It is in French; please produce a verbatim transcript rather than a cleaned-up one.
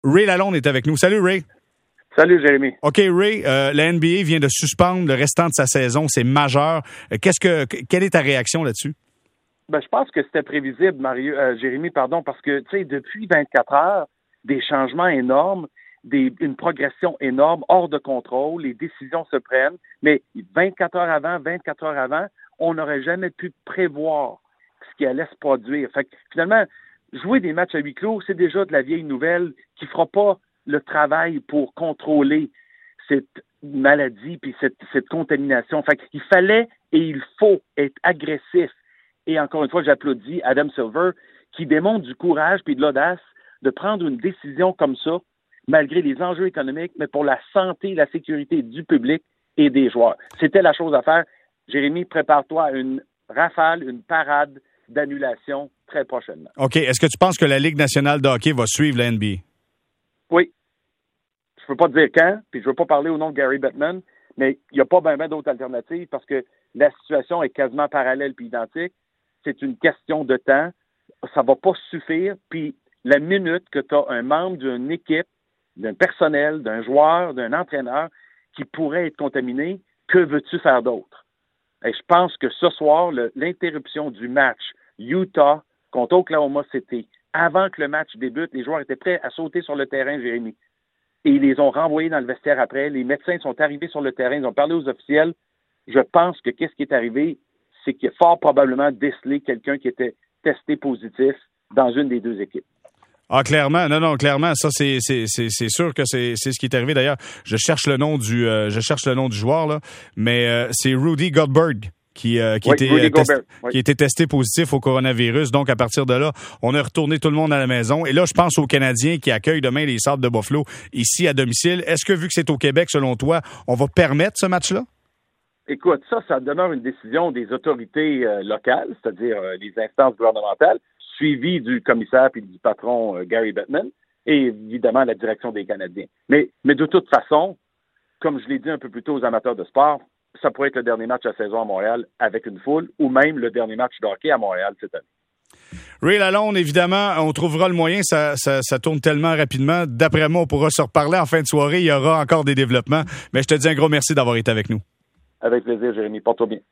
Ray Lalonde est avec nous. Salut, Ray. Salut, Jérémy. OK, Ray, euh, la N B A vient de suspendre le restant de sa saison. C'est majeur. Qu'est-ce que, quelle est ta réaction là-dessus? Ben, je pense que c'était prévisible, Mario, euh, Jérémy, pardon, parce que, tu sais, depuis vingt-quatre heures, des changements énormes, des, une progression énorme, hors de contrôle, les décisions se prennent, mais vingt-quatre heures avant, vingt-quatre heures avant, on n'aurait jamais pu prévoir ce qui allait se produire. Fait que, finalement, jouer des matchs à huis clos, c'est déjà de la vieille nouvelle qui fera pas le travail pour contrôler cette maladie puis cette, cette contamination. Fait qu'il fallait et il faut être agressif. Et encore une fois, j'applaudis Adam Silver qui démontre du courage puis de l'audace de prendre une décision comme ça, malgré les enjeux économiques, mais pour la santé et la sécurité du public et des joueurs. C'était la chose à faire. Jérémy, prépare-toi à une rafale, une parade d'annulation très prochainement. OK. Est-ce que tu penses que la Ligue nationale de hockey va suivre la N B A? Oui. Je ne peux pas te dire quand, puis je ne veux pas parler au nom de Gary Bettman, mais il n'y a pas bien ben d'autres alternatives parce que la situation est quasiment parallèle puis identique. C'est une question de temps. Ça ne va pas suffire. Puis la minute que tu as un membre d'une équipe, d'un personnel, d'un joueur, d'un entraîneur qui pourrait être contaminé, que veux-tu faire d'autre? Et je pense que ce soir, le, l'interruption du match Utah contre Oklahoma City, avant que le match débute, les joueurs étaient prêts à sauter sur le terrain, Jérémy. Et ils les ont renvoyés dans le vestiaire après. Les médecins sont arrivés sur le terrain, ils ont parlé aux officiels. Je pense que qu'est-ce qui est arrivé, c'est qu'il a fort probablement décelé quelqu'un qui était testé positif dans une des deux équipes. Ah, clairement. Non, non, clairement. Ça, c'est, c'est, c'est, c'est sûr que c'est, c'est ce qui est arrivé. D'ailleurs, je cherche le nom du, euh, je cherche le nom du joueur, là. Mais, euh, c'est Rudy Goldberg qui, euh, qui, oui, était, Rudy test, Gobert, oui. qui était testé positif au coronavirus. Donc, à partir de là, on a retourné tout le monde à la maison. Et là, je pense aux Canadiens qui accueillent demain les Sables de Buffalo ici à domicile. Est-ce que, vu que c'est au Québec, selon toi, on va permettre ce match-là? Écoute, ça, ça demeure une décision des autorités euh, locales, c'est-à-dire euh, les instances gouvernementales, suivies du commissaire puis du patron euh, Gary Bettman, et évidemment la direction des Canadiens. Mais, mais de toute façon, comme je l'ai dit un peu plus tôt aux amateurs de sport, ça pourrait être le dernier match de la saison à Montréal avec une foule, ou même le dernier match de hockey à Montréal cette année. Ray Lalonde, évidemment, on trouvera le moyen, ça, ça, ça tourne tellement rapidement. D'après moi, on pourra se reparler en fin de soirée, il y aura encore des développements. Mais je te dis un gros merci d'avoir été avec nous. Avec plaisir, Jérémy. Porte-toi bien.